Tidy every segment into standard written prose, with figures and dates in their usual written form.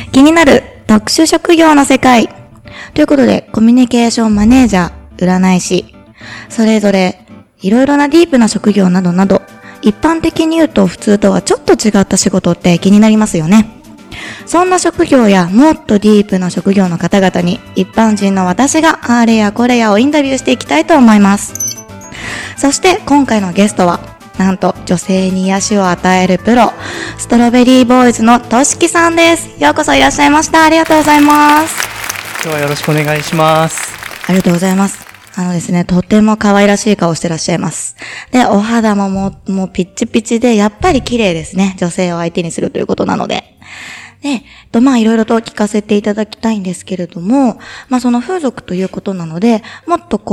気になる特殊職業の世界ということで、コミュニケーションマネージャー、占い師、それぞれいろいろなディープな職業などなど、一般的に言うと普通とはちょっと違った仕事って気になりますよね。そんな職業やもっとディープな職業の方々に一般人の私があれやこれやをインタビューしていきたいと思います。そして今回のゲストはなんと女性に癒しを与えるプロ、ストロベリーボーイズのとしきさんです。ようこそいらっしゃいました。ありがとうございます。 今日はよろしくお願いします。 ありがとうございます。ですね、とても可愛らしい顔してらっしゃいます。で、お肌ももうピッチピチで、やっぱり綺麗ですね。女性を相手にするということなので。で、いろいろと聞かせていただきたいんですけれども、その風俗ということなので、もっと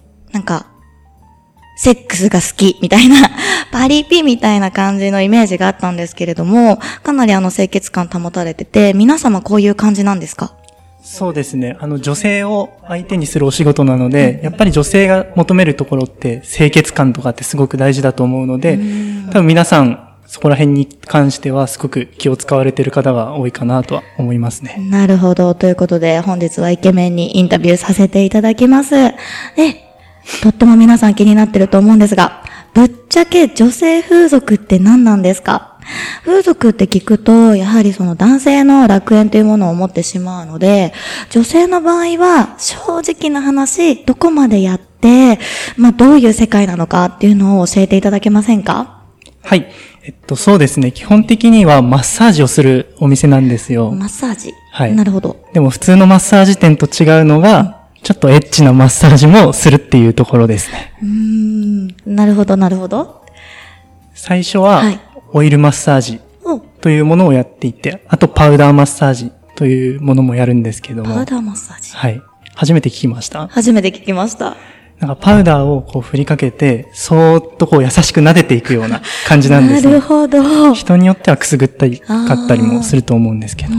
セックスが好きみたいな、パリピみたいな感じのイメージがあったんですけれども、かなり清潔感保たれてて、皆様こういう感じなんですか？ そうですね。女性を相手にするお仕事なので、やっぱり女性が求めるところって清潔感とかってすごく大事だと思うので、多分皆さんそこら辺に関してはすごく気を使われている方が多いかなとは思いますね。 なるほど。ということで本日はイケメンにインタビューさせていただきます。とっても皆さん気になってると思うんですが、ぶっちゃけ女性風俗って何なんですか？風俗って聞くと、やはりその男性の楽園というものを持ってしまうので、女性の場合は正直な話、どこまでやって、どういう世界なのかっていうのを教えていただけませんか？ はい。そうですね。基本的にはマッサージをするお店なんですよ。 マッサージ？ はい。 なるほど。 でも普通のマッサージ店と違うのが、ちょっとエッチなマッサージもするっていうところですね。 なるほど、なるほど。 最初は、オイルマッサージというものをやっていて、あとパウダーマッサージというものもやるんですけども。 パウダーマッサージ？ はい。初めて聞きました？ 初めて聞きました。 パウダーを振りかけて、そーっと優しく撫でていくような感じなんですね。 なるほど。 人によってはくすぐったりかったりもすると思うんですけど。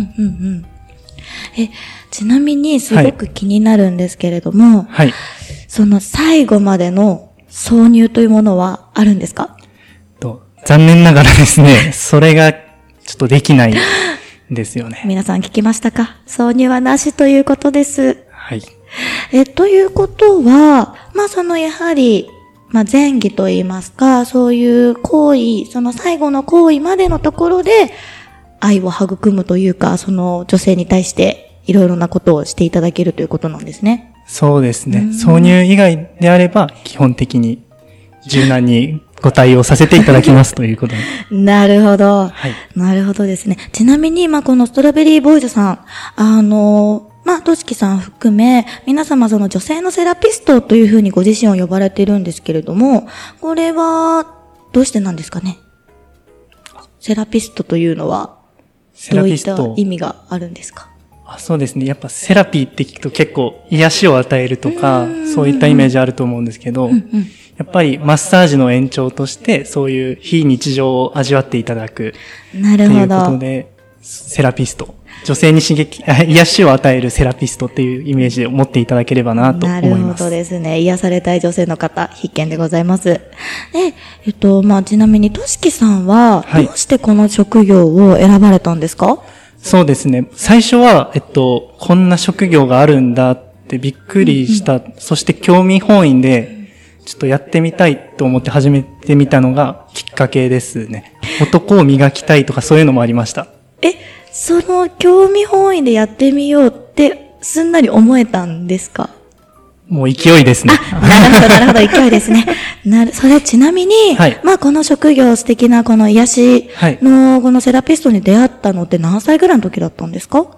ちなみにすごく気になるんですけれども、 はい。 その最後までの挿入というものはあるんですか？ 残念ながらですね、それがちょっとできないんですよね。 皆さん聞きましたか？挿入はなしということです。 はい。 ということは、やはり、前儀と言いますか、そういう行為、その最後の行為までのところで、愛を育むというか、その女性に対していろいろなことをしていただけるということなんですね。 そうですね。挿入以外であれば、基本的に柔軟にご対応させていただきますということで。 なるほど。 はい。 なるほどですね。ちなみに、このストロベリーボーイズさん、としきさん含め、皆様その女性のセラピストというふうにご自身を呼ばれているんですけれども、これは、どうしてなんですかね？セラピストというのは、どういった意味があるんですか？ そうですね。やっぱセラピーって聞くと結構癒しを与えるとか、そういったイメージあると思うんですけど、やっぱりマッサージの延長としてそういう非日常を味わっていただくということで、セラピスト。女性に癒しを与えるセラピストっていうイメージを持っていただければなと思います。 なるほどですね。癒されたい女性の方、必見でございます。で、ちなみにとしきさんは、どうしてこの職業を選ばれたんですか？ そうですね。最初は、こんな職業があるんだってびっくりした。そして興味本位で、ちょっとやってみたいと思って始めてみたのがきっかけですね。男を磨きたいとかそういうのもありました。 その興味本位でやってみようってすんなり思えたんですか？ もう勢いですね。 なるほど、勢いですね。それちなみに、この職業素敵なこの癒しのこのセラピストに出会ったのって何歳ぐらいの時だったんですか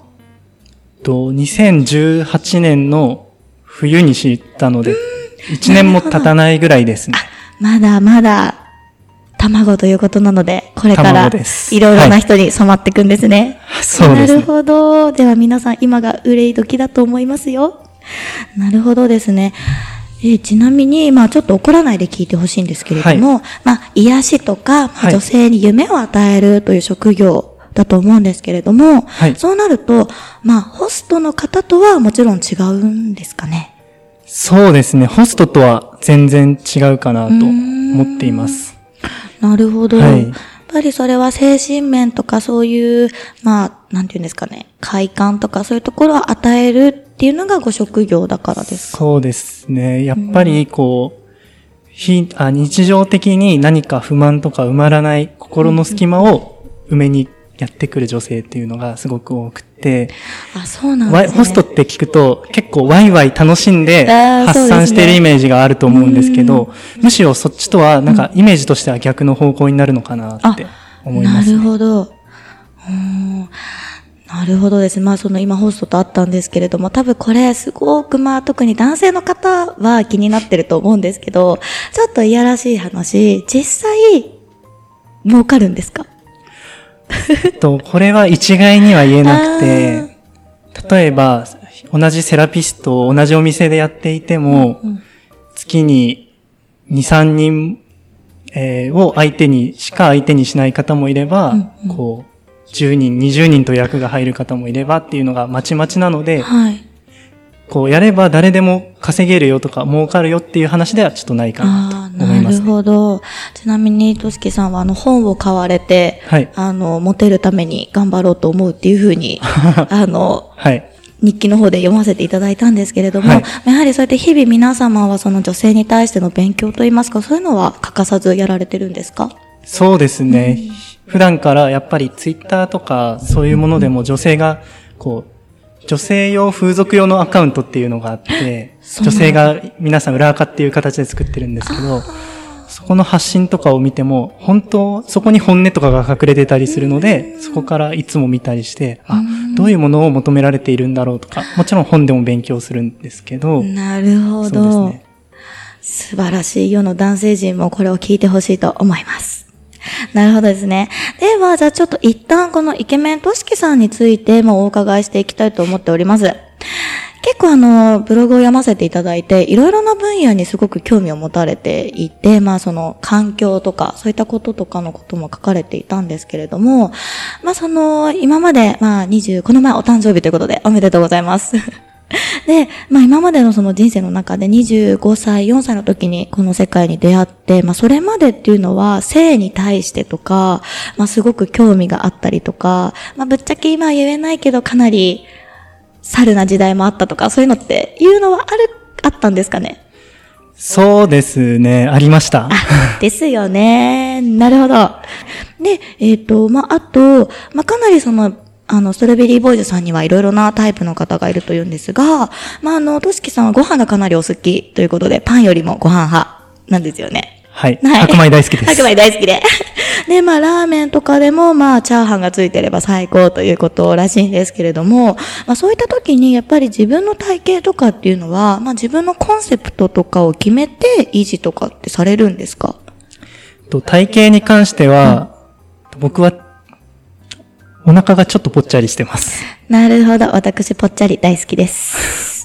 ？2018年の冬に知ったので、1年も経たないぐらいですね。 まだまだ卵ということなので、これからいろいろな人に染まっていくんですね。 そうですね。 なるほど。では皆さん今が憂い時だと思いますよ。なるほどですね。ちなみに、ちょっと怒らないで聞いてほしいんですけれども、癒しとか、女性に夢を与えるという職業だと思うんですけれども、そうなると、ホストの方とはもちろん違うんですかね？ そうですね。ホストとは全然違うかなと思っています。 なるほど。やっぱりそれは精神面とかそういう、まあ、なんていうんですかね、快感とかそういうところを与えるっていうのがご職業だからですか？ そうですね。やっぱりこう、日常的に何か不満とか埋まらない心の隙間を埋めにやってくる女性っていうのがすごく多くて、 あ、そうなんですね。 ホストって聞くと結構ワイワイ楽しんで発散してるイメージがあると思うんですけど、むしろそっちとはなんかイメージとしては逆の方向になるのかなって思いますね。 なるほど。なるほどですね。まあその今ホストとあったんですけれども、多分これすごくまあ特に男性の方は気になってると思うんですけど、ちょっといやらしい話、実際儲かるんですか？ これは一概には言えなくて、例えば同じセラピストを同じお店でやっていても、月に2、3人、を相手にししない方もいれば、こう、10人、20人と役が入る方もいればっていうのがまちまちなので、 はい、 こうやれば誰でも稼げるよとか儲かるよっていう話ではちょっとないかなと思います、ね。 なるほど。ちなみに、としきさんは本を買われて、 はい、 モテるために頑張ろうと思うっていうふうに、 はい、 日記の方で読ませていただいたんですけれども、はい、やはりそうやって日々皆様はその女性に対しての勉強といいますか、そういうのは欠かさずやられてるんですか？ そうですね。普段からやっぱりツイッターとかそういうものでも女性がこう女性用風俗用のアカウントっていうのがあって、女性が皆さん裏垢っていう形で作ってるんですけど、そこの発信とかを見ても本当そこに本音とかが隠れてたりするので、そこからいつも見たりして、どういうものを求められているんだろうとか、もちろん本でも勉強するんですけど。 なるほど。そうですね。素晴らしい世の男性陣もこれを聞いてほしいと思います。なるほどですね。では、じゃあちょっと一旦このイケメンとしきさんについてもお伺いしていきたいと思っております。結構ブログを読ませていただいて、いろいろな分野にすごく興味を持たれていて、まあその環境とか、そういったこととかのことも書かれていたんですけれども、まあ今まで、まあこの前お誕生日ということでおめでとうございます。で、まあ今までのその人生の中で25歳、4歳の時にこの世界に出会って、まあそれまでっていうのは性に対してとか、まあすごく興味があったりとか、まあぶっちゃけ今は言えないけどかなり猿な時代もあったとか、そういうのっていうのはあったんですかね？ そうですね、ありました。 ですよね。なるほど。で、まああと、まあかなりストロベリーボーイズさんにはいろいろなタイプの方がいるというんですが、まあとしきさんはご飯がかなりお好きということで、パンよりもご飯派なんですよね。 はい。白米大好きです。 白米大好きで。で、まあラーメンとかでもまあチャーハンがついてれば最高ということらしいんですけれども、まあそういった時にやっぱり自分の体型とかっていうのは、まあ自分のコンセプトとかを決めて維持とかってされるんですか？ 体型に関しては、僕はお腹がちょっとぽっちゃりしてます。 なるほど。私、ぽっちゃり大好きです。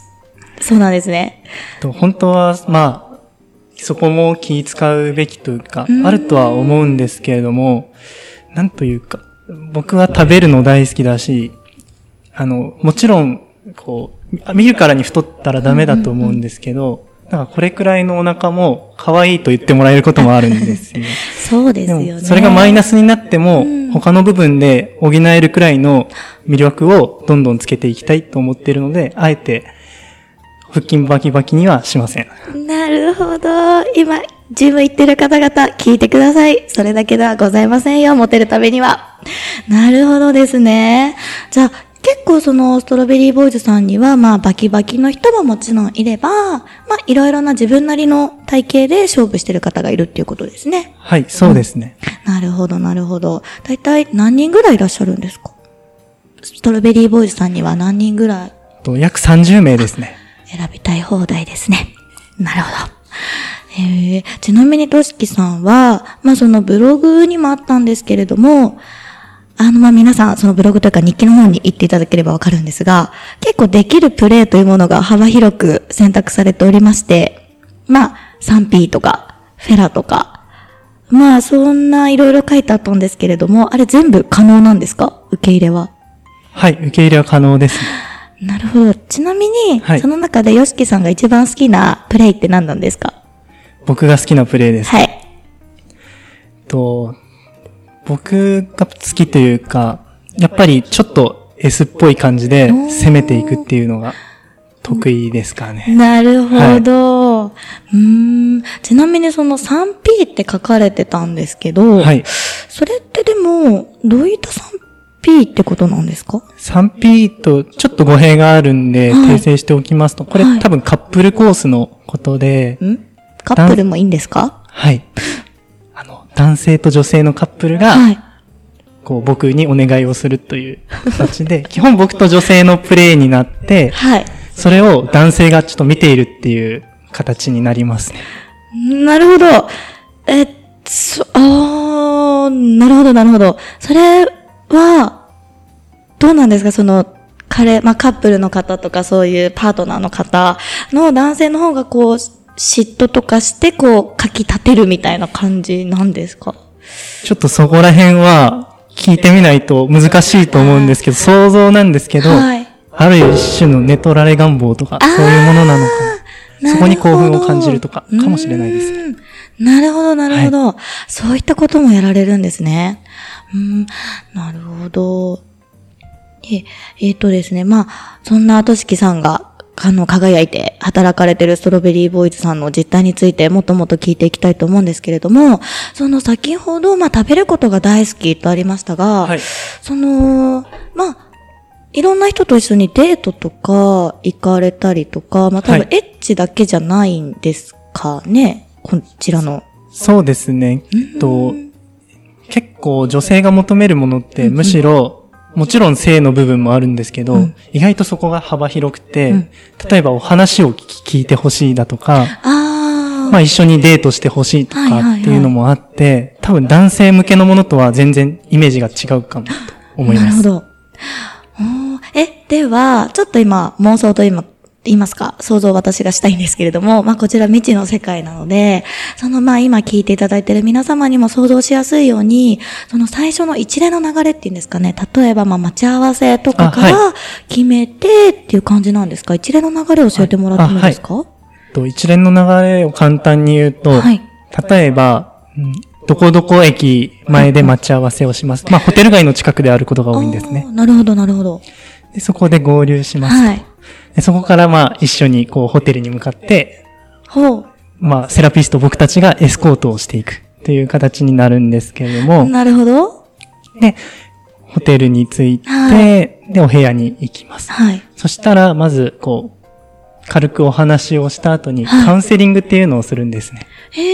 そうなんですね。 本当は、まあ、そこも気使うべきというか、あるとは思うんですけれども、なんというか、僕は食べるの大好きだし、もちろん、見るからに太ったらダメだと思うんですけど、なんかこれくらいのお腹も可愛いと言ってもらえることもあるんですよね。 そうですよね。 でもそれがマイナスになっても、他の部分で補えるくらいの魅力をどんどんつけていきたいと思っているので、あえて腹筋バキバキにはしません。 なるほど。今、ジム行ってる方々聞いてください。それだけではございませんよ。モテるためには。なるほどですね。じゃあ、結構ストロベリーボーイズさんには、まあ、バキバキの人ももちろんいれば、まあ、いろいろな自分なりの体型で勝負してる方がいるっていうことですね。 はい、そうですね。 なるほど、なるほど。だいたい何人ぐらいいらっしゃるんですか？ストロベリーボーイズさんには何人ぐらい？ 約30名ですね。選びたい放題ですね。なるほど。ちなみにとしきさんは、まあ、ブログにもあったんですけれども、まあ、皆さん、そのブログというか日記の方に行っていただければわかるんですが、結構できるプレイというものが幅広く選択されておりまして、まあ、3P とか、フェラとか、まあ、そんないろいろ書いてあったんですけれども、あれ全部可能なんですか？受け入れは。 はい、受け入れは可能です。 なるほど。ちなみに、 はい、 その中でヨシキさんが一番好きなプレイって何なんですか？ 僕が好きなプレイです。 はい。 僕が好きというか、やっぱりちょっと S っぽい感じで攻めていくっていうのが得意ですかね。 なるほど。ちなみにその 3P って書かれてたんですけど、 はい。 それってでも、どういった 3P ってことなんですか？ 3P とちょっと語弊があるんで、 はい訂正しておきますと、これはい多分カップルコースのことで、 カップルもいいんですか？ はい。男性と女性のカップルが、 はい。 こう僕にお願いをするという形で、基本僕と女性のプレイになって、 はい。 それを男性がちょっと見ているっていう形になりますね。 なるほど。なるほど、なるほど。それは、どうなんですか？その、カップルの方とかそういうパートナーの方の男性の方がこう、嫉妬とかして、こう、かき立てるみたいな感じなんですか？ ちょっとそこら辺は聞いてみないと難しいと思うんですけど、想像なんですけど、 はい。 ある一種の寝取られ願望とか、そういうものなのかな。そこに興奮を感じるとか、かもしれないです。 なるほど、なるほど。そういったこともやられるんですね。なるほど。ですね、そんなとしきさんが、輝いて働かれてるストロベリーボーイズさんの実態についてもっともっと聞いていきたいと思うんですけれども、その先ほど、食べることが大好きとありましたが、 はい。 いろんな人と一緒にデートとか行かれたりとか、多分エッチだけじゃないんですかね、こちらの。 そうですね。結構女性が求めるものってむしろ、もちろん性の部分もあるんですけど、意外とそこが幅広くて、例えばお話を聞いてほしいだとか、一緒にデートしてほしいとかっていうのもあって、多分男性向けのものとは全然イメージが違うかもと思います。 なるほど。では、ちょっと今、妄想と言いますか、想像を私がしたいんですけれども、こちら未知の世界なので、今聞いていただいている皆様にも想像しやすいように、その最初の一連の流れっていうんですかね、例えば待ち合わせとかから決めてっていう感じなんですか？一連の流れを教えてもらってもいいですか？ 一連の流れを簡単に言うと、例えば、どこどこ駅前で待ち合わせをします。ホテル街の近くであることが多いんですね。 なるほど、なるほど。 で、そこで合流しますと。でそこから一緒にホテルに向かって、セラピスト僕たちがエスコートをしていくという形になるんですけれども。 なるほど。 で、ホテルに着いて、で、お部屋に行きます。そしたら、まず、軽くお話をした後に、カウンセリングっていうのをするんですね。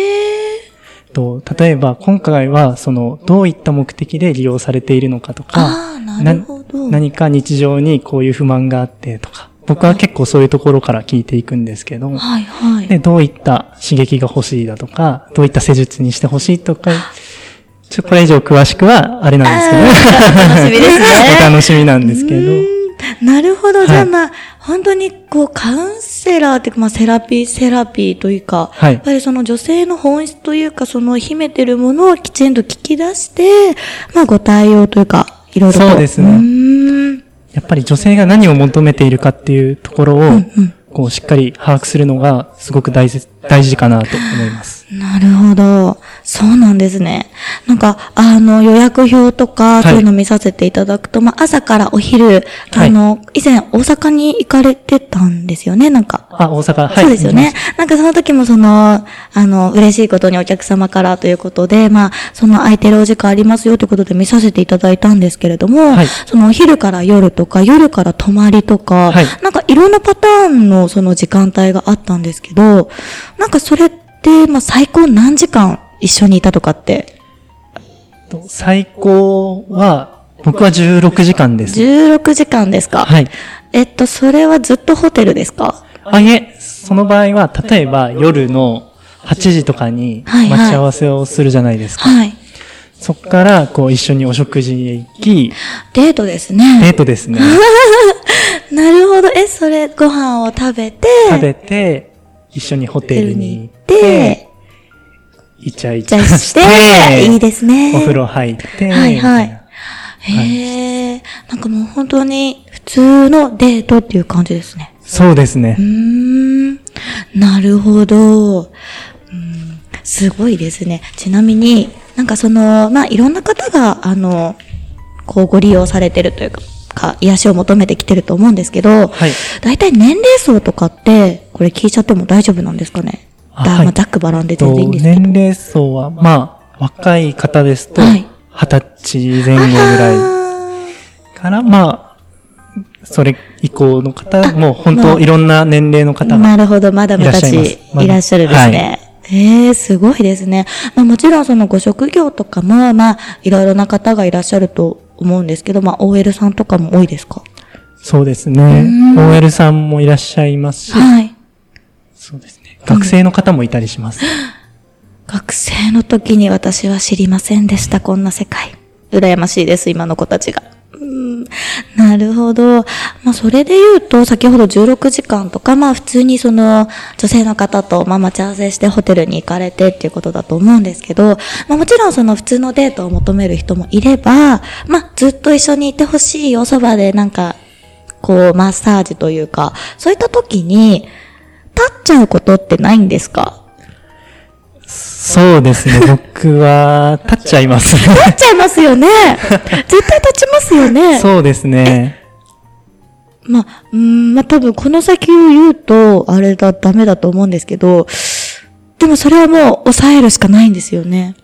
例えば、今回は、どういった目的で利用されているのかとか、何か日常にこういう不満があってとか、僕は結構そういうところから聞いていくんですけど、で、どういった刺激が欲しいだとか、どういった施術にして欲しいとか、これ以上詳しくはあれなんですけど、 お楽しみですね。 お楽しみなんですけど。 なるほど。じゃあ本当にカウンセラーっていうか、セラピーというか、やっぱりその女性の本質というか、その秘めてるものをきちんと聞き出して、ご対応というか、いろいろと。 そうですね。やっぱり女性が何を求めているかっていうところを、しっかり把握するのがすごく大事かなと思います。 なるほど。そうなんですね。予約表とか、そういうの見させていただくと、朝からお昼、以前大阪に行かれてたんですよね、大阪。そうですよね。その時も嬉しいことにお客様からということで、空いてるお時間ありますよということで見させていただいたんですけれども、お昼から夜とか、夜から泊まりとか、いろんなパターンの時間帯があったんですけど、それって、最高何時間一緒にいたとかって。 最高は、僕は16時間です。 16時間ですか？それはずっとホテルですか？ その場合は、例えば夜の8時とかに待ち合わせをするじゃないですか。そこから、一緒にお食事へ行き。 デートですね。 デートですね。 なるほど。それ、ご飯を食べて、 一緒にホテルに行って、イチャイチャして、 いいですね。 お風呂入って、 もう本当に普通のデートっていう感じですね。 そうですね。 なるほど。すごいですね。ちなみに、 なんかいろんな方が、ご利用されてるというか、癒しを求めてきてると思うんですけど、 はい。 大体年齢層とかって、これ聞いちゃっても大丈夫なんですかね？ はい。 ざっくばらんで全然いいんですけど。 年齢層は、若い方ですと、 はい 20歳前後ぐらいから、それ以降の方も、本当いろんな年齢の方がなるほど、マダムたちいらっしゃるですね。すごいですね。もちろんご職業とかも、いろいろな方がいらっしゃると思うんですけど、OL さんとかも多いですか？ そうですね。OL さんもいらっしゃいますし、 はい。 そうですね。学生の方もいたりします。 学生の時に私は知りませんでした、こんな世界。羨ましいです、今の子たちが。なるほど。それで言うと、先ほど16時間とか、普通に女性の方と、待ち合わせしてホテルに行かれてっていうことだと思うんですけど、もちろん普通のデートを求める人もいれば、ずっと一緒にいてほしいよ、そばでマッサージというか、そういった時に、立っちゃうことってないんですか？ そうですね。僕は、立っちゃいますね。 立っちゃいますよね。絶対立ちますよね。 そうですね。 多分この先を言うと、ダメだと思うんですけど、でもそれはもう抑えるしかないんですよね。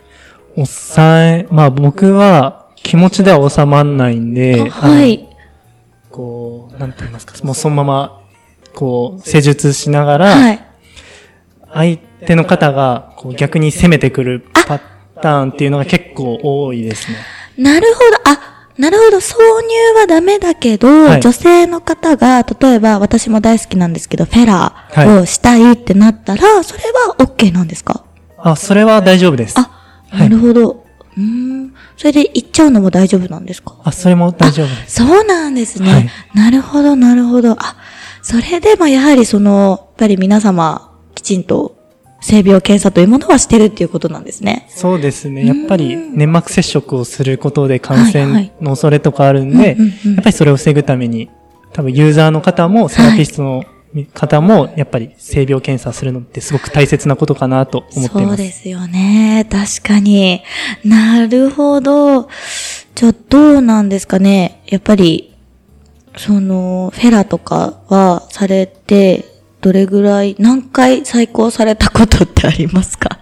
僕は気持ちでは収まんないんで、 はい。 なんて言いますか、もうそのまま、施術しながら、 はい。 相手の方が逆に攻めてくるパターンっていうのが結構多いですね。 なるほど。挿入はダメだけど、 はい、 女性の方が、例えば私も大好きなんですけど、フェラーをしたいってなったら、それは OK なんですか？ それは大丈夫です。 なるほど。それで行っちゃうのも大丈夫なんですか？ それも大丈夫です。 そうなんですね。 はい、 なるほど。それでやはりやっぱり皆様、きちんと性病検査というものはしてるっていうことなんですね。 そうですね。やっぱり粘膜接触をすることで感染の恐れとかあるんで、やっぱりそれを防ぐために、多分ユーザーの方もセラピストの方も、やっぱり性病検査するのってすごく大切なことかなと思っています。 そうですよね。確かに。なるほど。じゃあどうなんですかね。やっぱり、フェラとかはされて、どれぐらい、何回再考されたことってありますか？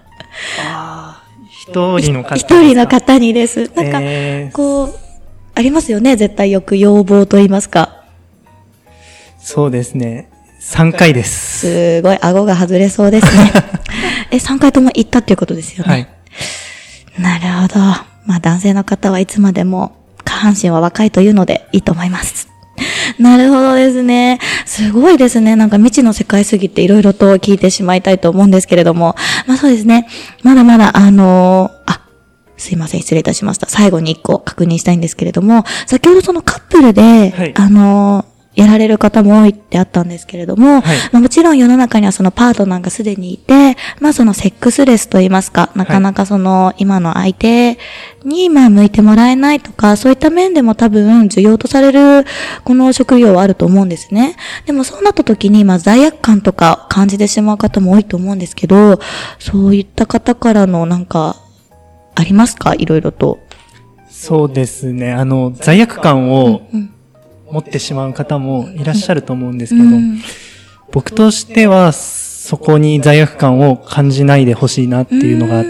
一人の方ですか？ 一人の方にです。ありますよね。絶対よく要望と言いますか。 そうですね。3回です。 すごい、顎が外れそうですね。3回とも行ったっていうことですよね。 はい。 なるほど。男性の方はいつまでも下半身は若いというのでいいと思います。なるほどですね。すごいですね。未知の世界すぎていろいろと聞いてしまいたいと思うんですけれども。そうですね。まだまだすいません、失礼いたしました。最後に1個確認したいんですけれども、先ほどカップルで、はい、やられる方も多いってあったんですけれども、はい、もちろん世の中にはパートナーがすでにいて、セックスレスと言いますか、なかなか今の相手に向いてもらえないとか、そういった面でも多分需要とされるこの職業はあると思うんですね。でもそうなった時に罪悪感とか感じてしまう方も多いと思うんですけど、そういった方からのありますか？いろいろと。 そうですね。罪悪感を持ってしまう方もいらっしゃると思うんですけど、僕としてはそこに罪悪感を感じないでほしいなっていうのがあって、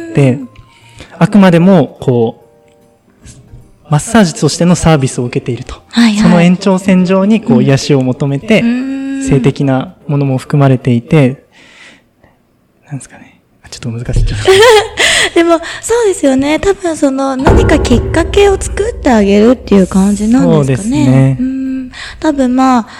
あくまでもマッサージとしてのサービスを受けていると。はいはい、その延長線上に癒しを求めて、性的なものも含まれていて、なんですかね。ちょっと難しい。 でも、そうですよね。多分何かきっかけを作ってあげるっていう感じなんですかね。そうですね。多分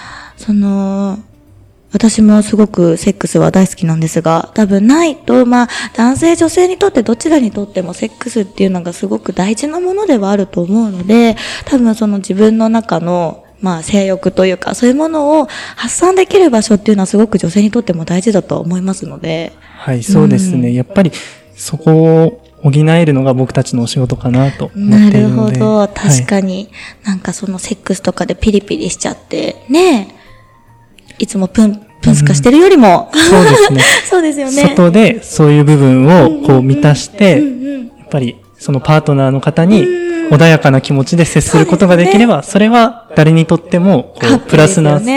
私もすごくセックスは大好きなんですが、多分ないと、男性女性にとってどちらにとってもセックスっていうのがすごく大事なものではあると思うので、多分自分の中の性欲というか、そういうものを発散できる場所っていうのはすごく女性にとっても大事だと思いますので。 はい、そうですね。やっぱり、そこを補えるのが僕たちのお仕事かなと思っているので。 なるほど、確かに。はい、セックスとかでピリピリしちゃって、ねいつもプンスカしてるよりも。 そうですね。 そうですよね。 外でそういう部分を満たして、やっぱりそのパートナーの方に穏やかな気持ちで接することができれば、それは誰にとってもこうプラスな、はい、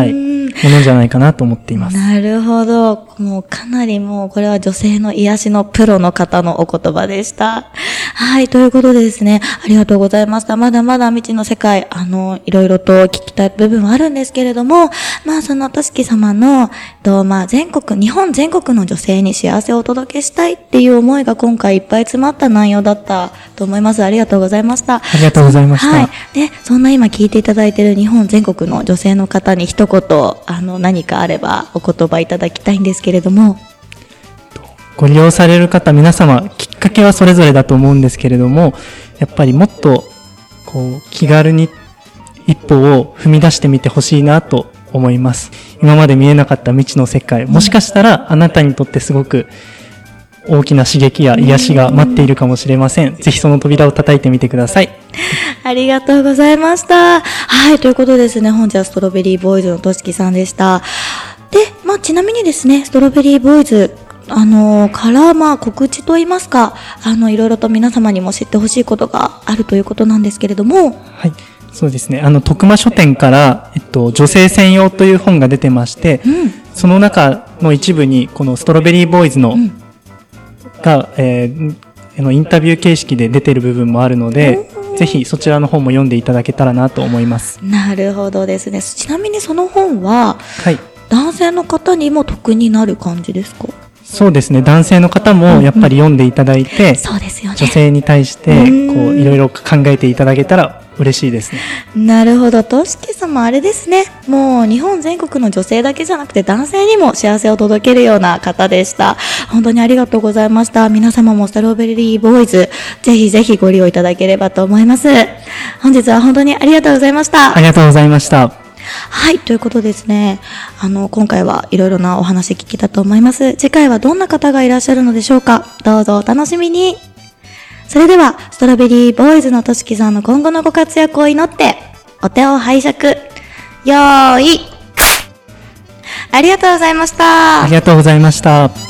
ものじゃないかなと思っています。 なるほど。もうかなりもうこれは女性の癒しのプロの方のお言葉でした。はい、ということでですね、ありがとうございました。まだまだ未知の世界、いろいろと聞きたい部分はあるんですけれども、そのとしき様の、日本全国の女性に幸せをお届けしたいっていう思いが今回いっぱい詰まった内容だったと思います。ありがとうございました。 ありがとうございました。 はい。で、そんな今聞いていただいている日本全国の女性の方に一言、何かあればお言葉いただきたいんですけれども。 ご利用される方、皆様、きっかけはそれぞれだと思うんですけれども、やっぱりもっと、気軽に一歩を踏み出してみてほしいなと思います。今まで見えなかった未知の世界、もしかしたらあなたにとってすごく大きな刺激や癒しが待っているかもしれません。ぜひその扉を叩いてみてください。 ありがとうございました。はい、ということでですね、本日はストロベリーボーイズのとしきさんでした。で、ちなみにですね、ストロベリーボーイズ、から告知といいますか、いろいろと皆様にも知ってほしいことがあるということなんですけれども。 はい。そうですね。徳間書店から、女性専用という本が出てまして、その中の一部に、このストロベリーボーイズの、が、インタビュー形式で出ている部分もあるので、ぜひそちらの本も読んでいただけたらなと思います。 なるほどですね。ちなみにその本は、 はい、 男性の方にも得になる感じですか？ そうですね。男性の方もやっぱり読んでいただいて、 そうですよね。 女性に対していろいろ考えていただけたら嬉しいですね。 なるほど。としき様あれですね。もう日本全国の女性だけじゃなくて男性にも幸せを届けるような方でした。本当にありがとうございました。皆様もストロベリーボーイズ、ぜひぜひご利用いただければと思います。本日は本当にありがとうございました。 ありがとうございました。 はい、ということですね。今回はいろいろなお話聞けたと思います。次回はどんな方がいらっしゃるのでしょうか。どうぞお楽しみに。それでは、ストロベリーボーイズのとしきさんの今後のご活躍を祈って、お手を拝借。よーい。ありがとうございました。 ありがとうございました。